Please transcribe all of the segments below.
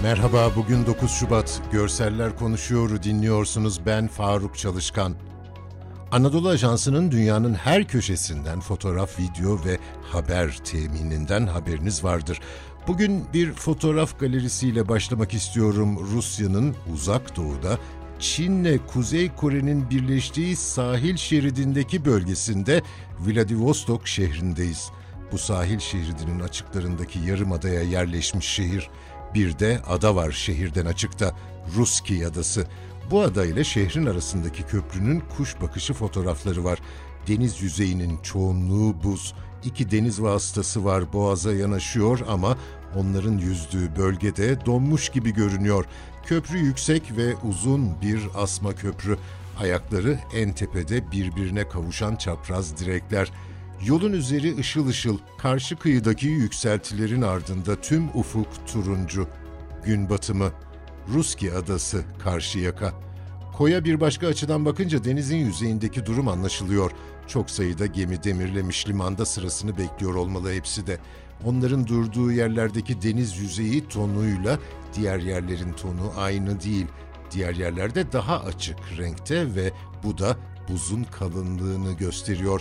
Merhaba, bugün 9 Şubat. Görseller Konuşuyor'u dinliyorsunuz. Ben Faruk Çalışkan. Anadolu Ajansı'nın dünyanın her köşesinden fotoğraf, video ve haber temininden haberiniz vardır. Bugün bir fotoğraf galerisiyle başlamak istiyorum. Rusya'nın uzak doğuda, Çin'le Kuzey Kore'nin birleştiği sahil şeridindeki bölgesinde Vladivostok şehrindeyiz. Bu sahil şeridinin açıklarındaki yarımadaya yerleşmiş şehir. Bir de ada var şehirden açıkta, Ruski Adası. Bu ada ile şehrin arasındaki köprünün kuş bakışı fotoğrafları var. Deniz yüzeyinin çoğunluğu buz. 2 deniz vasıtası var, boğaza yanaşıyor ama onların yüzdüğü bölgede donmuş gibi görünüyor. Köprü yüksek ve uzun bir asma köprü. Ayakları en tepede birbirine kavuşan çapraz direkler. Yolun üzeri ışıl ışıl, karşı kıyıdaki yükseltilerin ardında tüm ufuk turuncu. Gün batımı, Ruski Adası, Karşıyaka. Koya bir başka açıdan bakınca denizin yüzeyindeki durum anlaşılıyor. Çok sayıda gemi demirlemiş, limanda sırasını bekliyor olmalı hepsi de. Onların durduğu yerlerdeki deniz yüzeyi tonuyla diğer yerlerin tonu aynı değil. Diğer yerlerde daha açık renkte ve bu da buzun kalınlığını gösteriyor.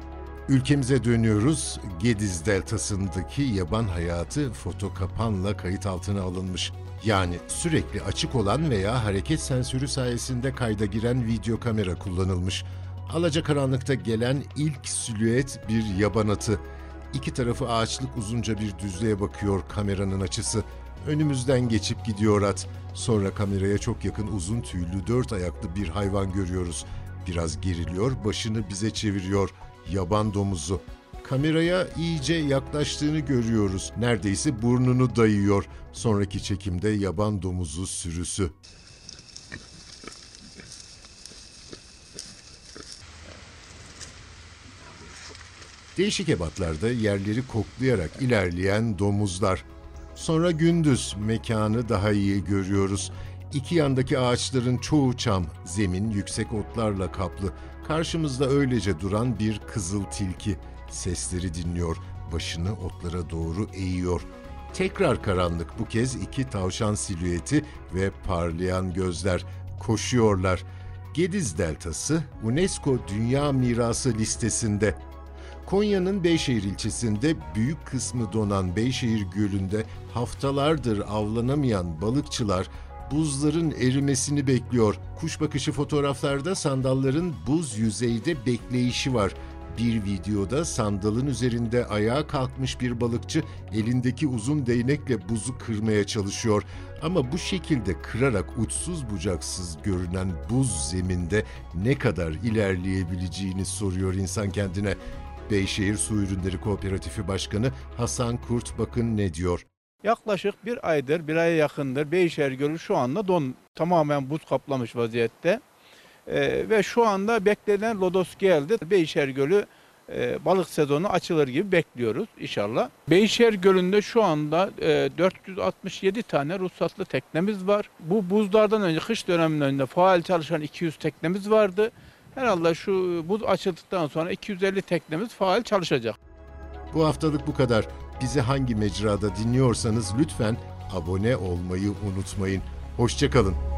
Ülkemize dönüyoruz. Gediz Deltası'ndaki yaban hayatı fotokapanla kayıt altına alınmış. Yani sürekli açık olan veya hareket sensörü sayesinde kayda giren video kamera kullanılmış. Alacakaranlıkta gelen ilk silüet bir yaban atı. İki tarafı ağaçlık uzunca bir düzlüğe bakıyor kameranın açısı. Önümüzden geçip gidiyor at. Sonra kameraya çok yakın uzun tüylü 4 ayaklı bir hayvan görüyoruz. Biraz geriliyor, başını bize çeviriyor. Yaban domuzu. Kameraya iyice yaklaştığını görüyoruz. Neredeyse burnunu dayıyor. Sonraki çekimde yaban domuzu sürüsü. Değişik ebatlarda yerleri koklayarak ilerleyen domuzlar. Sonra gündüz mekanı daha iyi görüyoruz. İki yandaki ağaçların çoğu çam, zemin yüksek otlarla kaplı. Karşımızda öylece duran bir kızıl tilki. Sesleri dinliyor, başını otlara doğru eğiyor. Tekrar karanlık, bu kez 2 tavşan silüeti ve parlayan gözler. Koşuyorlar. Gediz Deltası, UNESCO Dünya Mirası listesinde. Konya'nın Beyşehir ilçesinde büyük kısmı donan Beyşehir Gölü'nde haftalardır avlanamayan balıkçılar buzların erimesini bekliyor. Kuş bakışı fotoğraflarda sandalların buz yüzeyde bekleyişi var. Bir videoda sandalın üzerinde ayağa kalkmış bir balıkçı elindeki uzun değnekle buzu kırmaya çalışıyor. Ama bu şekilde kırarak uçsuz bucaksız görünen buz zeminde ne kadar ilerleyebileceğini soruyor insan kendine. Beyşehir Su Ürünleri Kooperatifi Başkanı Hasan Kurt bakın ne diyor. Yaklaşık bir aya yakındır Beyşehir Gölü şu anda tamamen buz kaplamış vaziyette. Ve şu anda beklenen lodos geldi. Beyşehir Gölü balık sezonu açılır gibi bekliyoruz inşallah. Beyşehir Gölü'nde şu anda 467 tane ruhsatlı teknemiz var. Bu buzlardan önce, kış döneminden önce faal çalışan 200 teknemiz vardı. Herhalde şu buz açıldıktan sonra 250 teknemiz faal çalışacak. Bu haftalık bu kadar. Bizi hangi mecrada dinliyorsanız lütfen abone olmayı unutmayın. Hoşça kalın.